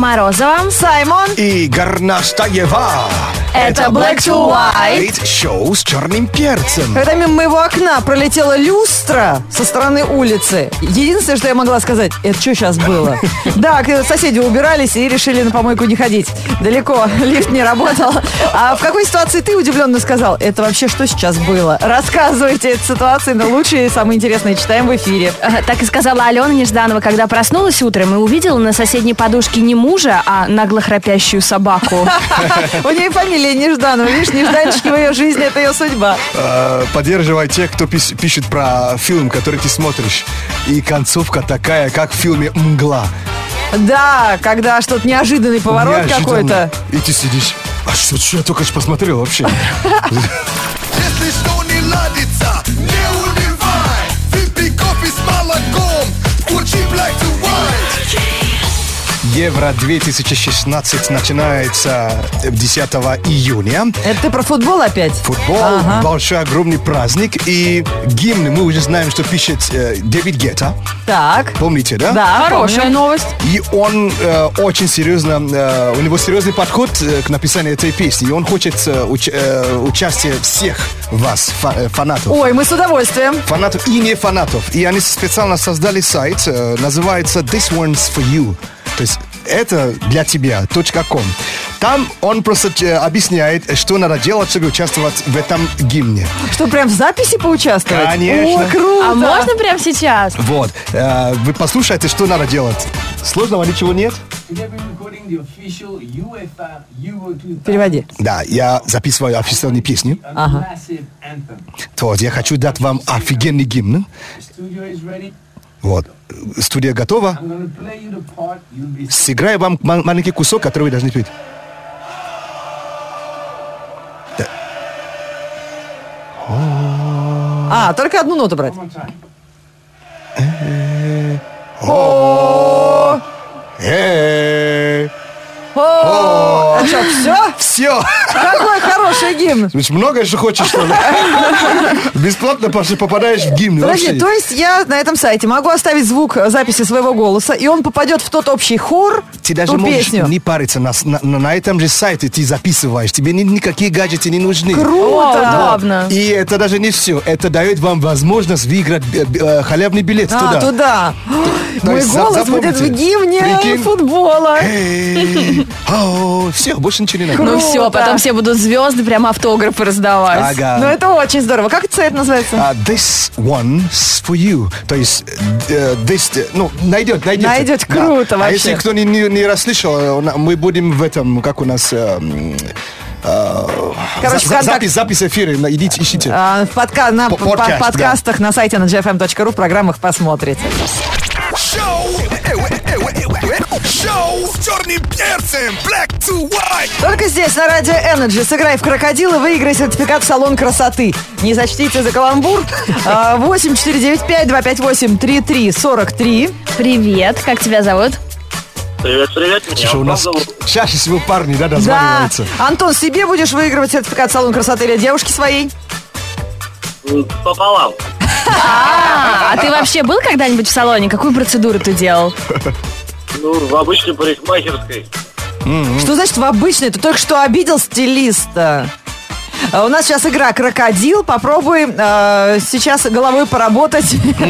Морозова, Саймон и Горностаева. Это Black to White. Шоу с черным перцем. Когда мимо моего окна пролетела люстра со стороны улицы, единственное, что я могла сказать, это что сейчас было? Да, соседи убирались и решили на помойку не ходить. Далеко, лифт не работал. А в какой ситуации ты удивленно сказал? Это вообще что сейчас было? Рассказывайте эту ситуацию, но лучшие и самые интересные читаем в эфире. Так и сказала Алена Нежданова, когда проснулась утром и увидела на соседней подушке не мужа, а нагло храпящую собаку. У нее фамилия Нежданова. Видишь, нежданчики в ее жизни, это ее судьба. Поддерживай тех, кто пишет про фильм, который ты смотришь. И концовка такая, как в фильме «Мгла». Да, когда что-то неожиданный поворот какой-то. И ты сидишь. А что я только что посмотрел вообще? Если что не ладится, не унывай. Выпей кофе с молоком, включи Black to White. Евро 2016 начинается 10 июня. Это ты про футбол опять? Футбол, большой, огромный праздник. И гимн мы уже знаем, что пишет Дэвид Гетта. Так. Помните, да? Да, Хорошая новость. И он очень серьезно, у него серьезный подход к написанию этой песни. И он хочет участия всех вас, фанатов. Ой, мы с удовольствием. Фанатов и не фанатов. И они специально создали сайт, называется This One's For You. То есть это для тебя, .com. Там он просто объясняет, что надо делать, чтобы участвовать в этом гимне. Что, прям в записи поучаствовать? Конечно. О, круто. А можно прямо сейчас? Вот. Вы послушайте, что надо делать. Сложного ничего нет? Переводи. Да, я записываю официальные песни. Ага. Вот, я хочу дать вам офигенный гимн. Вот. Студия готова. Сыграю вам маленький кусок, который вы должны петь. Да. Только одну ноту брать. А что, все? Все. Какой хороший гимн. Значит, много что хочешь, что ли? Бесплатно попадаешь в гимн. Подожди, то есть я на этом сайте могу оставить звук записи своего голоса, и он попадет в тот общий хор, Ты даже ту можешь песню. не париться. На этом же сайте ты записываешь. Тебе никакие гаджеты не нужны. Круто. Удобно. И это даже не все. Это дает вам возможность выиграть халявный билет туда. Мой есть голос будет в гимне Прикинь. футбола. Все, больше ничего не надо. Ну все, потом все будут звезды, прям автографы раздавать. Ага. Ну это очень здорово. Как этот сайт называется? This one's for you. То есть, найдете. Найдете, круто А вообще. если кто не расслышал, мы будем в этом, как у нас... Короче, запись эфира, идите, ищите. В подкастах на сайте ngfm.ru в программах посмотрите. Шоу с черным перцем Black to White. Только здесь, на Радио Energy. Сыграй в крокодил и выиграй сертификат в салон красоты. Не сочтите за каламбур. 8495-258-3343. Привет, как тебя зовут? Привет, меня Слушай, у нас зовут. чаще всего парни, Да. дозваниваются. Антон, себе будешь выигрывать сертификат в салон красоты или девушке своей? Пополам. А ты вообще был когда-нибудь в салоне? Какую процедуру ты делал? В обычной парикмахерской. Что значит в обычной? Ты только что обидел стилиста. У нас сейчас игра «Крокодил». Попробуй сейчас головой поработать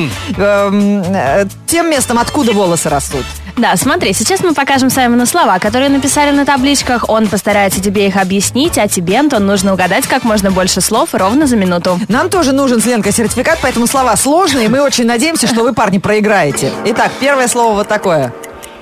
тем местом, откуда волосы растут. Да, смотри, сейчас мы покажем Саймону слова, которые написали на табличках. Он постарается тебе их объяснить, а тебе, Антон, нужно угадать как можно больше слов ровно за минуту. Нам тоже нужен с Ленкой сертификат, поэтому слова сложные, и мы очень надеемся, что вы, парни, проиграете. Итак, первое слово вот такое.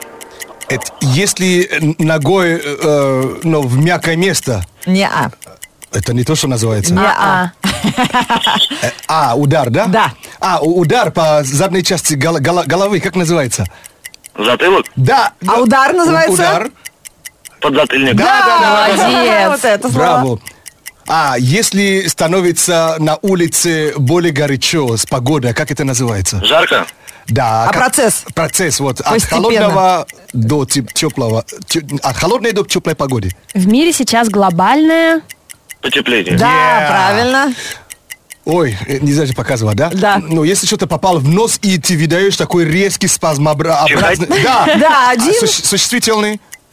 Если ногой в мягкое место, Не-а. это не то, что называется. Не-а. Удар, да? Да. Удар по задней части головы, как называется? Затылок? Да. А удар называется? Удар. Подзатыльник. Да. Молодец. Вот это слово. Браво. Если становится на улице более горячо с погодой, как это называется? Жарко? Да. А процесс? Процесс, от Постепенно. холодного до теплого, от холодной до теплой погоды. В мире сейчас глобальное... Потепление. Да, правильно. Ой, нельзя же показывать, да? Да. Но если что-то попало в нос, и ты видаешь такой резкий спазмообразный... Чихать? Да. Да, один. Существительный?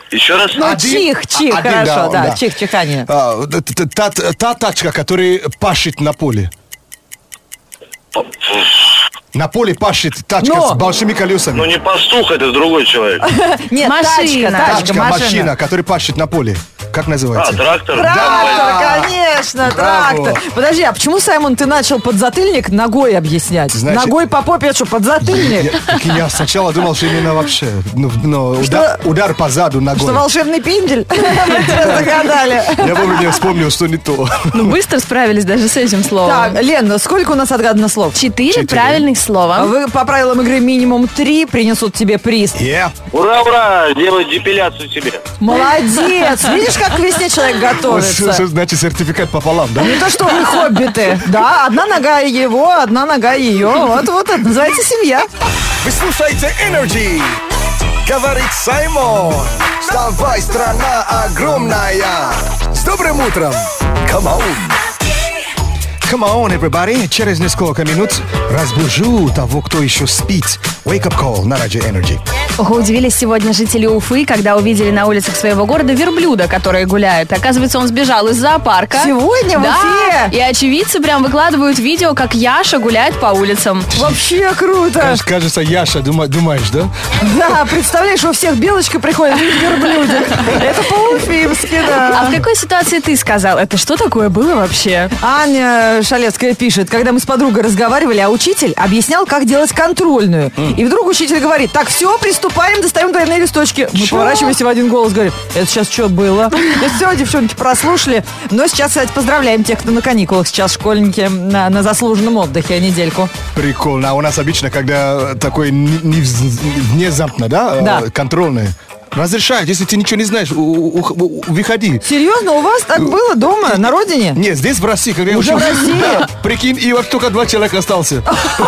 Еще раз? Ну, чих, Один, хорошо, да, да. чихание. Та тачка, которая пашет на поле. На поле пашет тачка Но. с большими колесами. Ну не пастух, это другой человек. Нет, Машина. тачка, Машина, которая пашет на поле. Как называется? Трактор. Трактор, конечно, Браво. трактор. Подожди, а почему, Саймон, ты начал подзатыльник ногой объяснять? Значит- Ногой по попе, это что, подзатыльник? Я сначала думал, что именно вообще удар по заду Что, ногой. волшебный пиндель? Мы тебя загадали. Я вовремя вспомнил, что не то. Ну, быстро справились даже с этим словом. Так, Лен, сколько у нас отгадано слов? 4 правильных слова. Вы по правилам игры минимум 3 принесут тебе приз. Yeah. Ура, ура, делай депиляцию себе. Молодец! Видишь, как к весне человек готовится? Что значит сертификат пополам, да? Не то, что вы хоббиты. Да, одна нога его, одна нога ее. Вот это называется семья. Вы слушаете Energy. Говорит Саймон. Вставай, страна огромная. С добрым утром. Come on. Come on, everybody. Через несколько минут разбужу того, кто еще спит. Wake up call на Radio Energy. Ого, удивились сегодня жители Уфы, когда увидели на улицах своего города верблюда, которые гуляют. Оказывается, он сбежал из зоопарка. Сегодня в Да, Уфе? и очевидцы прям выкладывают видео, как Яша гуляет по улицам. Вообще круто. Кажется, Яша, думаешь, да? Да, представляешь, у всех белочка приходит, и верблюдик. Это по-уфимски, А да. в какой ситуации ты сказал? Это что такое было вообще? Аня Шалевская пишет, когда мы с подругой разговаривали, а учитель объяснял, как делать контрольную. И вдруг учитель говорит, так, все, приступаем, достаем двойные листочки. Мы поворачиваемся в один голос, говорим, это сейчас что было? Ну все, девчонки прослушали. Но сейчас, кстати, поздравляем тех, кто на каникулах. Сейчас школьники на заслуженном отдыхе недельку. Прикольно. А у нас обычно, когда такое внезапно, да? Да. Контрольное. Разрешают, если ты ничего не знаешь, выходи. Серьезно, у вас так было дома, на родине? Нет, здесь в России, когда я Уже учился. в России? Да, прикинь, и вот только 2 человека остался.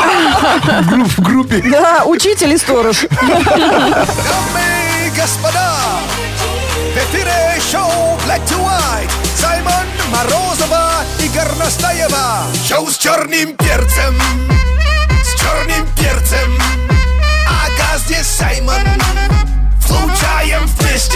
В группе. Да, учитель и сторож. Дамы и господа, в эфире шоу Black to White. Саймон Морозова и Горностаева. Шоу с черным перцем. С черным перцем. Ага, здесь Саймон. Включаем вместе.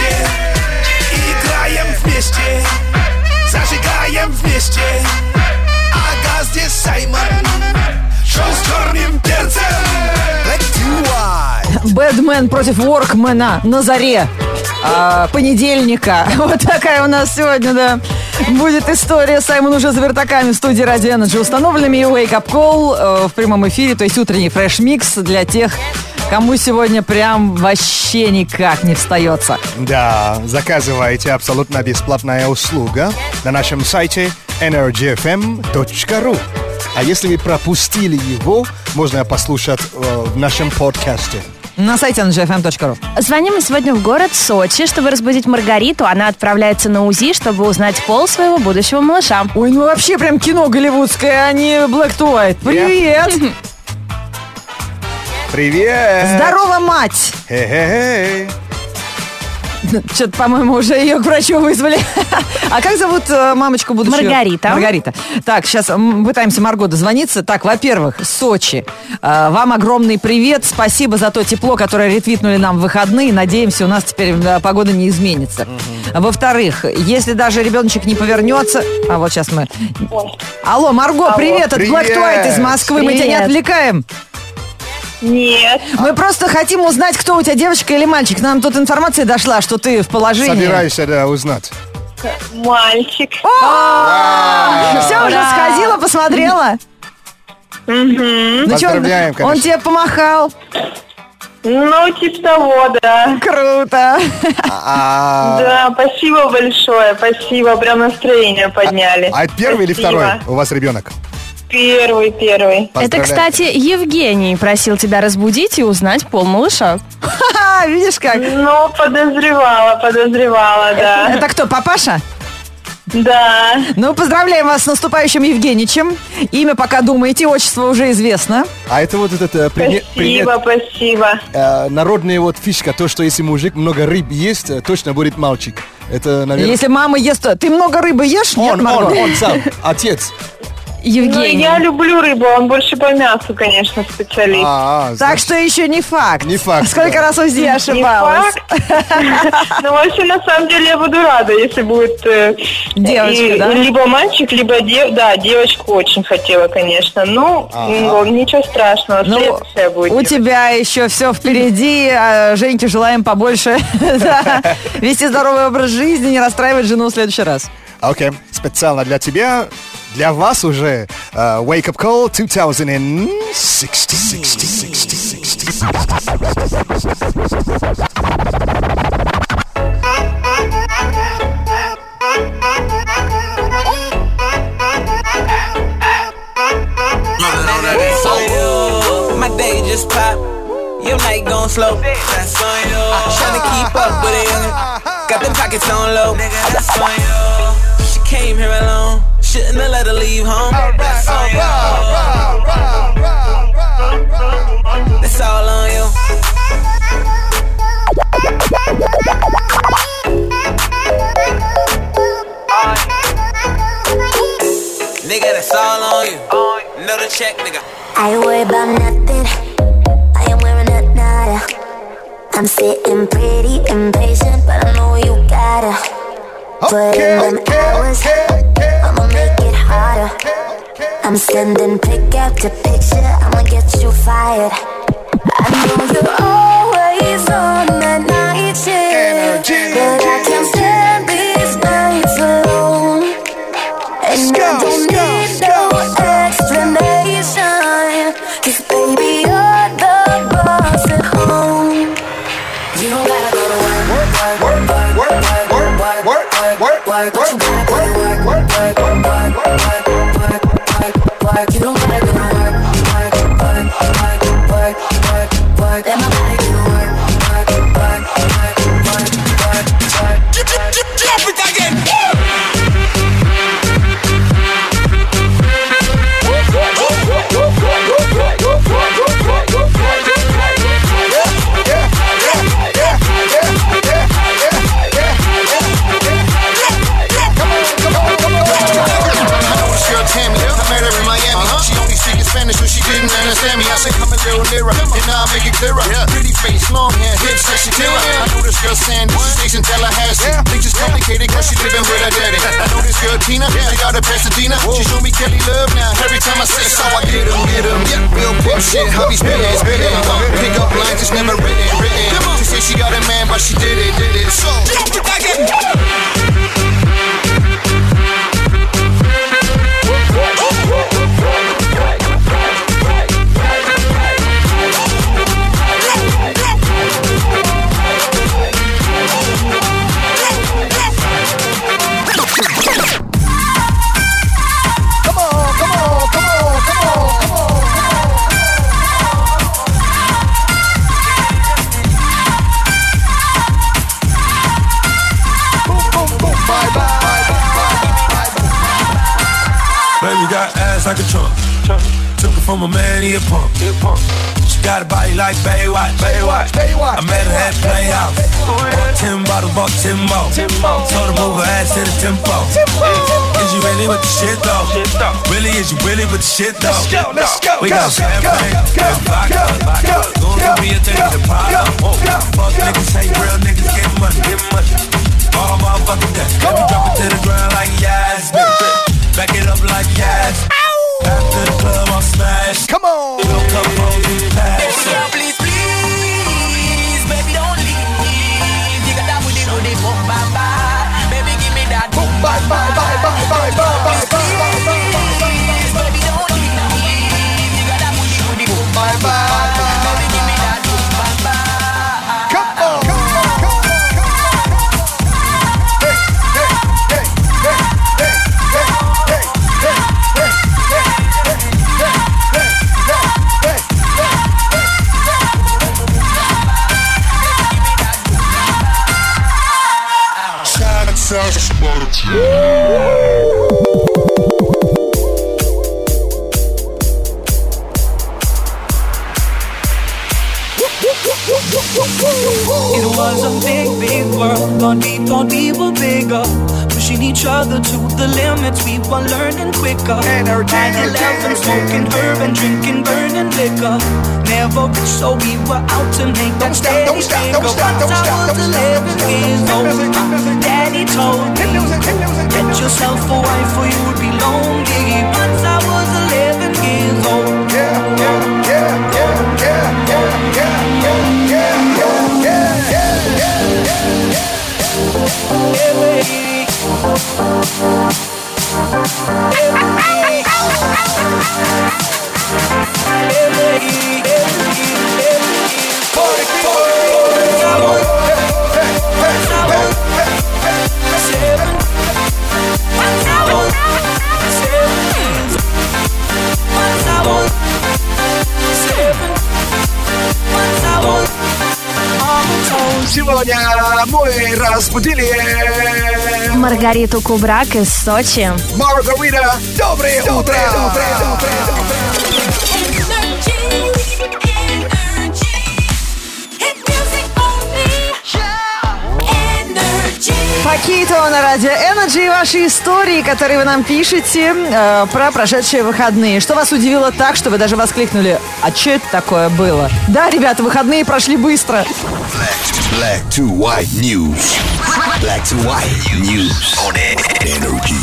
Играем вместе. Зажигаем вместе. Ага, здесь Саймон. Шоу с черным перцем. Black to White. Бэдмен против Воркмена на заре понедельника. Вот такая у нас сегодня, да, будет история. Саймон уже за вертаками в студии Radio Energy установленными. И Wake Up Call в прямом эфире, то есть утренний фреш-микс для тех, кому сегодня прям вообще никак не встается. Да, заказывайте абсолютно бесплатная услуга на нашем сайте energyfm.ru. А если вы пропустили его, можно послушать в нашем подкасте. На сайте energyfm.ru. Звоним мы сегодня в город Сочи, чтобы разбудить Маргариту. Она отправляется на УЗИ, чтобы узнать пол своего будущего малыша. Ой, ну вообще прям кино голливудское, а не Black to White. Привет! Привет! Здорово, мать! Хе-хе-хе. Что-то, по-моему, уже ее к врачу вызвали. А как зовут мамочку будущую? Маргарита. Маргарита. Так, сейчас пытаемся Марго дозвониться. Так, во-первых, Сочи. Вам огромный привет. Спасибо за то тепло, которое ретвитнули нам в выходные. Надеемся, у нас теперь погода не изменится. Во-вторых, если даже ребеночек не повернется... А вот сейчас мы... Алло, Марго, привет. Это Black to White из Москвы. Мы тебя не Привет. отвлекаем. Нет. Мы просто хотим узнать, кто у тебя, девочка или мальчик. Нам тут информация дошла, что ты в положении. Собираешься, да, узнать. Мальчик. Все, уже сходила, посмотрела? Ну чё, Поздравляем, он конечно. тебе помахал. Ну, типа того, да. Круто. Да, спасибо большое, спасибо. Прям настроение подняли. А это первый или Спасибо. второй у вас ребенок? Первый. Это, Поздравляем. кстати, Евгений просил тебя разбудить и узнать пол малыша. Ха-ха, видишь как? Ну, подозревала, да. Это кто, папаша? Да. Ну, поздравляем вас с наступающим Евгеничем. Имя пока думаете, отчество уже известно. А это вот этот Спасибо. народная вот фишка, то, что если мужик много рыб ест, точно будет мальчик. Это, наверное... Если мама ест... Ты много рыбы ешь? Нет, Марго? он сам, отец. Евгений. я люблю рыбу, он больше по мясу, конечно, специалист. Так что еще не факт. Не факт, Сколько да. раз Узи Не ошибалась. факт. Но вообще, на самом деле, я буду рада, если будет Девочка, да? либо мальчик, либо девочку очень хотела, конечно. Ну, ничего страшного, следующая будет. У тебя еще все впереди. Женьке желаем побольше вести здоровый образ жизни, не расстраивать жену в следующий раз. Окей, специально для тебя, для вас уже Wake Up Call 2060. My day just pop. Your night gon' slow. That's on you. Tryna keep up with it. Got them pockets on low. Nigga, that's on you. She came here alone. Shouldn't have let her leave home. That's on you. That's all on you. Nigga, that's all on you. Another check, nigga. I ain't worried about nothing. I am wearing a nada. I'm sitting pretty impatient, but I know you gotta put in them hours. I'ma make it harder. I'm sending pick after picture. I'ma get you fired. I know you're always on that night shift, but I can't stand these nights alone. And I don't need no explanation, 'cause baby, you're the boss at home. You don't gotta go to work. You gotta go to work. You don't gotta go to work. Let my body do the work. Drop it again. Spanish, so she didn't understand me. I said, come a little nearer, and I'll make it clearer. Pretty face, long hair, hips, sexy terror. I know this girl Sandy, she stays in Tallahassee. Things is complicated, cause she living with her daddy. I know this girl Tina, she got a Pasadena. She show me Kelly love now, every time I say so. I get em. Yeah, real pimp shit, hobby spittin'. Pick up lines, it's never written. She said she got a man, but she did it. So, drop it again. Baby got ass like a trunk. Took it from a man, he a punk. She got a body like Baywatch. I met her at Playhouse. Bought 10 bottles, bought 10 more. Told her move her ass to the tempo. Is you really with the shit though? Really, is you really with the shit though? We got champagne, vodka. Gonna be a thing to problem. Fuck niggas, hate real niggas, get money. All motherfucking day. Let me drop it to the ground like yes, bitch. Back it up like yes. After the club, I'll smash. Come on. We'll come home and pass. Please, please, baby, don't leave. You got that booty, no, they boom, bye, bye. Baby, give me that boom, bye, bye, bye, bye, bye, bye, please, baby, don't leave. You got that booty, no, they boom, bye, bye. Baby, give me that boom, bye, bye. Come on. It was a big, big world, thought people bigger. But pushing each other to the limits. We were learning quicker. By 11, smoking herb and drinking burning liquor. Never rich, so we were out to make that steady figure. Once I was 11 years old, my daddy told me, get yourself a wife or you'll be lonely. Once I was 11 years old. Сегодня мы разбудили Маргариту Кубрак из Сочи. Маргарита, доброе утро! Пакито на радио Energy и ваши истории, которые вы нам пишете про прошедшие выходные. Что вас удивило так, что вы даже воскликнули: а что это такое было? Да, ребята, выходные прошли быстро. Black to white news. Black to white news on Energy.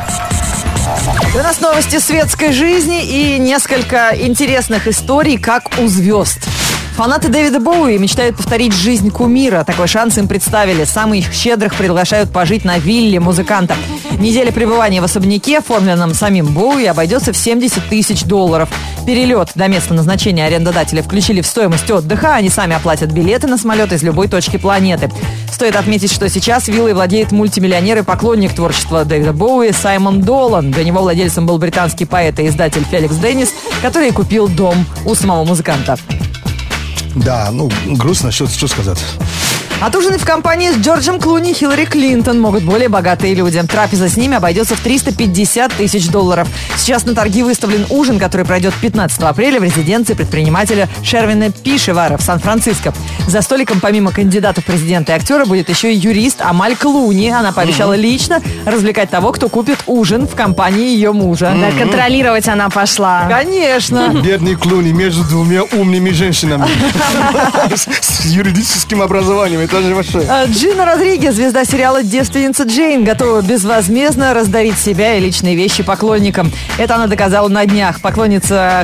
У нас новости светской жизни и несколько интересных историй, как у звезд. Фанаты Дэвида Боуи мечтают повторить жизнь кумира. Такой шанс им представили. Самых щедрых приглашают пожить на вилле музыканта. Неделя пребывания в особняке, оформленном самим Боуи, обойдется в $70 тысяч. Перелет до места назначения арендодателя включили в стоимость отдыха. Они сами оплатят билеты на самолет из любой точки планеты. Стоит отметить, что сейчас виллой владеет мультимиллионер и поклонник творчества Дэвида Боуи Саймон Долан. До него владельцем был британский поэт и издатель Феликс Деннис, который купил дом у самого музыканта. Да, грустно, что сказать. Отужинать в компании с Джорджем Клуни и Хиллари Клинтон могут более богатые люди. Трапеза с ними обойдется в $350 тысяч. Сейчас на торги выставлен ужин, который пройдет 15 апреля в резиденции предпринимателя Шервина Пишевара в Сан-Франциско. За столиком помимо кандидатов в президенты и актера будет еще и юрист Амаль Клуни. Она пообещала лично развлекать того, кто купит ужин в компании ее мужа. Да, контролировать она пошла. Конечно. Бедный Клуни между двумя умными женщинами с юридическим образованием. Джина Родригес, звезда сериала «Девственница Джейн», готова безвозмездно раздарить себя и личные вещи поклонникам. Это она доказала на днях. Поклонница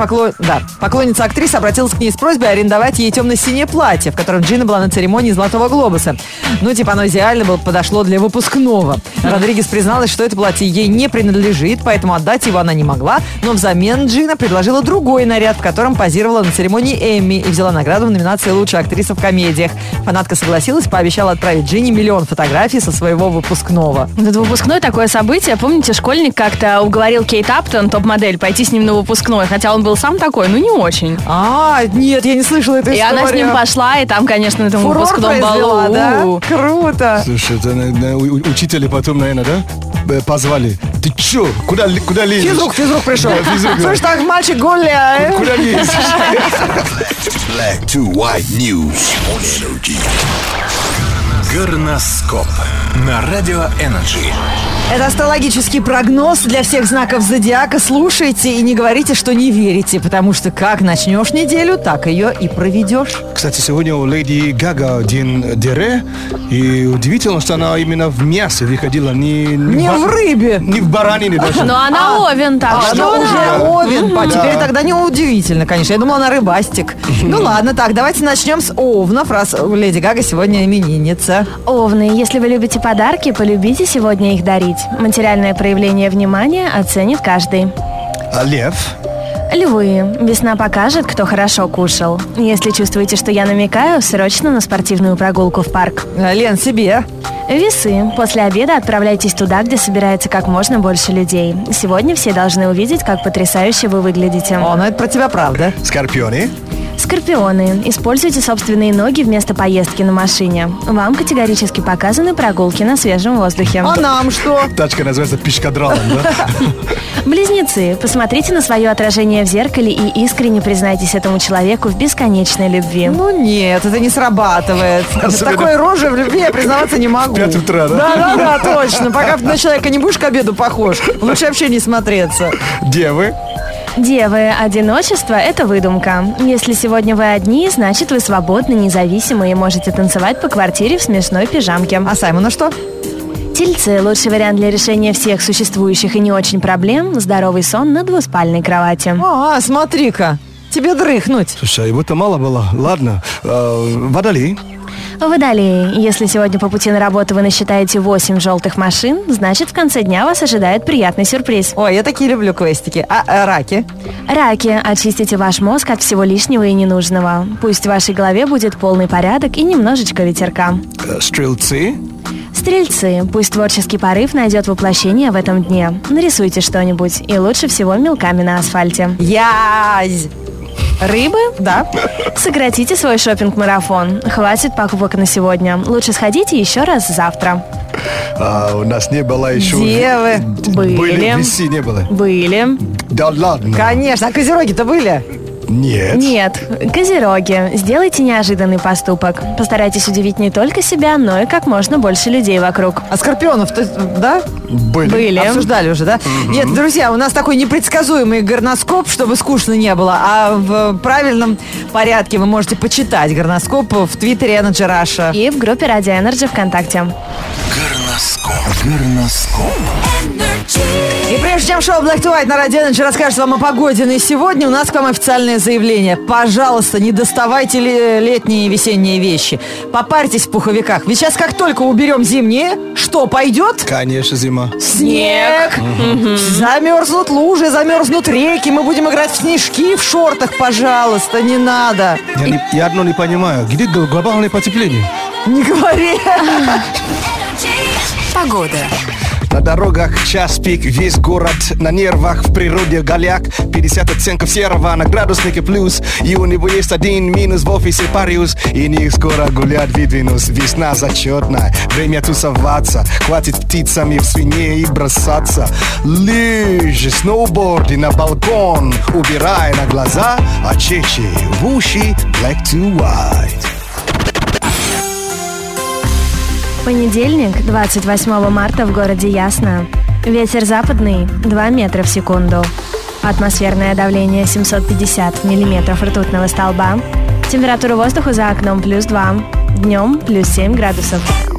актрисы обратилась к ней с просьбой арендовать ей темно-синее платье, в котором Джина была на церемонии «Золотого глобуса». Оно идеально подошло для выпускного. Родригес призналась, что это платье ей не принадлежит, поэтому отдать его она не могла. Но взамен Джина предложила другой наряд, в котором позировала на церемонии Эмми и взяла награду в номинации «Лучшая актриса в комедиях». Фанатка согласилась, пообещала отправить Джинни 1 миллион фотографий со своего выпускного. Это выпускной такое событие. Помните, школьник как-то уговорил Кейт Аптон, топ-модель, пойти с ним на выпускной, хотя он был сам такой, не очень. Нет, я не слышала эту историю. И она с ним пошла, и там, конечно, на этом выпускном балу. Да? Круто. Слушай, это учителя потом, наверное, да? Позвали. Ты чё? Куда лезешь? Физрук пришел. Слушай, так мальчик гуляет. Куда лезешь? Black to white news on Energy. Горноскоп на радио Energy. Это астрологический прогноз для всех знаков зодиака. Слушайте и не говорите, что не верите, потому что как начнешь неделю, так ее и проведешь. Кстати, сегодня у Леди Гага день Дере, и удивительно, что она именно в мясе выходила, не в рыбе, не в баранине даже. Но она овен, так что она уже овен. Теперь тогда не удивительно, конечно. Я думала, она рыбастик. Ну ладно, так, давайте начнем с овнов, раз у Леди Гага сегодня именинница. Овны, если вы любите подарки, полюбите сегодня их дарить. Материальное проявление внимания оценит каждый. А лев? Львы. Весна покажет, кто хорошо кушал. Если чувствуете, что я намекаю, срочно на спортивную прогулку в парк. Лен, себе. Весы. После обеда отправляйтесь туда, где собирается как можно больше людей. Сегодня все должны увидеть, как потрясающе вы выглядите. Это про тебя правда. Скорпионы? Скорпионы. Используйте собственные ноги вместо поездки на машине. Вам категорически показаны прогулки на свежем воздухе. А нам что? Тачка называется пешкадралом, да? Близнецы. Посмотрите на свое отражение в зеркале и искренне признайтесь этому человеку в бесконечной любви. Ну нет, это не срабатывает. Такой рожей в любви я признаваться не могу. 5 утра, да? Да, точно. Пока на человека не будешь к обеду похож, лучше вообще не смотреться. Девы. Девы, одиночество – это выдумка. Если сегодня вы одни, значит вы свободны, независимы и можете танцевать по квартире в смешной пижамке. А Саймона что? Тельцы – лучший вариант для решения всех существующих и не очень проблем – здоровый сон на двуспальной кровати. Смотри-ка, тебе дрыхнуть. Слушай, будто мало было. Ладно. Водолей. Водолеи. Если сегодня по пути на работу вы насчитаете 8 желтых машин, значит в конце дня вас ожидает приятный сюрприз. Ой, я такие люблю квестики. А раки? Раки. Очистите ваш мозг от всего лишнего и ненужного. Пусть в вашей голове будет полный порядок и немножечко ветерка. Стрелцы. Стрельцы. Пусть творческий порыв найдет воплощение в этом дне. Нарисуйте что-нибудь. И лучше всего мелками на асфальте. Язь! Рыбы? Да. Сократите свой шопинг-марафон. Хватит покупок на сегодня. Лучше сходите еще раз завтра. У нас не было еще... Девы. Были. Весы не было. Были. Да ладно. Конечно. А козероги-то были? Нет. Нет. Козероги. Сделайте неожиданный поступок. Постарайтесь удивить не только себя, но и как можно больше людей вокруг. А скорпионов-то, да? Были. Обсуждали уже, да? Нет, друзья, у нас такой непредсказуемый горноскоп, чтобы скучно не было. А в правильном порядке вы можете почитать горноскоп в Твиттере Energy Russia. И в группе Радио Energy ВКонтакте. Горноскоп. И прежде чем шоу Black to White на Радио Energy расскажет вам о погоде на сегодня, у нас к вам официальное заявление. Пожалуйста, не доставайте летние и весенние вещи. Попарьтесь в пуховиках. Ведь сейчас как только уберем зимние, что пойдет? Конечно, зима. Снег. Замерзнут лужи, замерзнут реки. Мы будем играть в снежки в шортах, пожалуйста, не надо. Я одно не понимаю. Где глобальное потепление? Не говори. Погода. На дорогах час пик, весь город на нервах, в природе голяк, 50 оттенков серого, на градуснике плюс, и у него есть один минус, в офисе Париус, и них скоро гулять выдвинусь, весна зачетная, время тусоваться, хватит птицами в свиней и бросаться, лыжи, сноуборды на балкон, убирая на глаза, а чечи в уши, Black to White. Понедельник, 28 марта в городе Ясно. Ветер западный 2 метра в секунду. Атмосферное давление 750 миллиметров ртутного столба. Температура воздуха за окном +2. Днем +7 градусов.